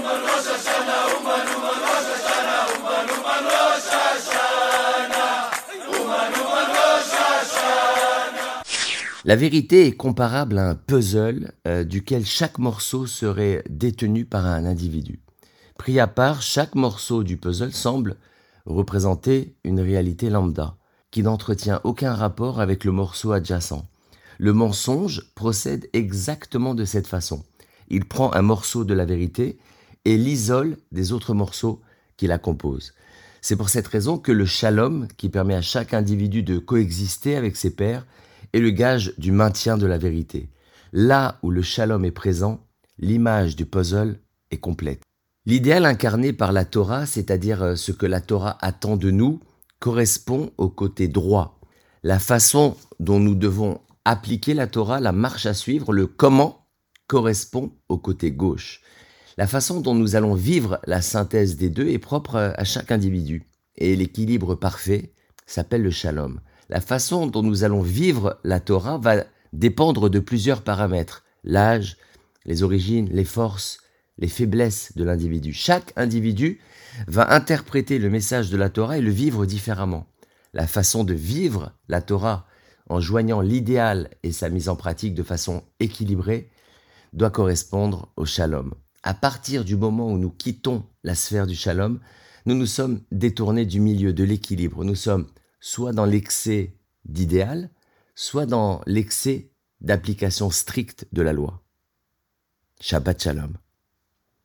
La vérité est comparable à un puzzle duquel chaque morceau serait détenu par un individu. Pris à part, chaque morceau du puzzle semble représenter une réalité lambda, qui n'entretient aucun rapport avec le morceau adjacent. Le mensonge procède exactement de cette façon. Il prend un morceau de la vérité et l'isole des autres morceaux qui la composent. C'est pour cette raison que le shalom, qui permet à chaque individu de coexister avec ses pairs, est le gage du maintien de la vérité. Là où le shalom est présent, l'image du puzzle est complète. L'idéal incarné par la Torah, c'est-à-dire ce que la Torah attend de nous, correspond au côté droit. La façon dont nous devons appliquer la Torah, la marche à suivre, le comment, correspond au côté gauche. La façon dont nous allons vivre la synthèse des deux est propre à chaque individu. Et l'équilibre parfait s'appelle le shalom. La façon dont nous allons vivre la Torah va dépendre de plusieurs paramètres. L'âge, les origines, les forces, les faiblesses de l'individu. Chaque individu va interpréter le message de la Torah et le vivre différemment. La façon de vivre la Torah en joignant l'idéal et sa mise en pratique de façon équilibrée doit correspondre au shalom. À partir du moment où nous quittons la sphère du shalom, nous nous sommes détournés du milieu de l'équilibre. Nous sommes soit dans l'excès d'idéal, soit dans l'excès d'application stricte de la loi. Shabbat Shalom.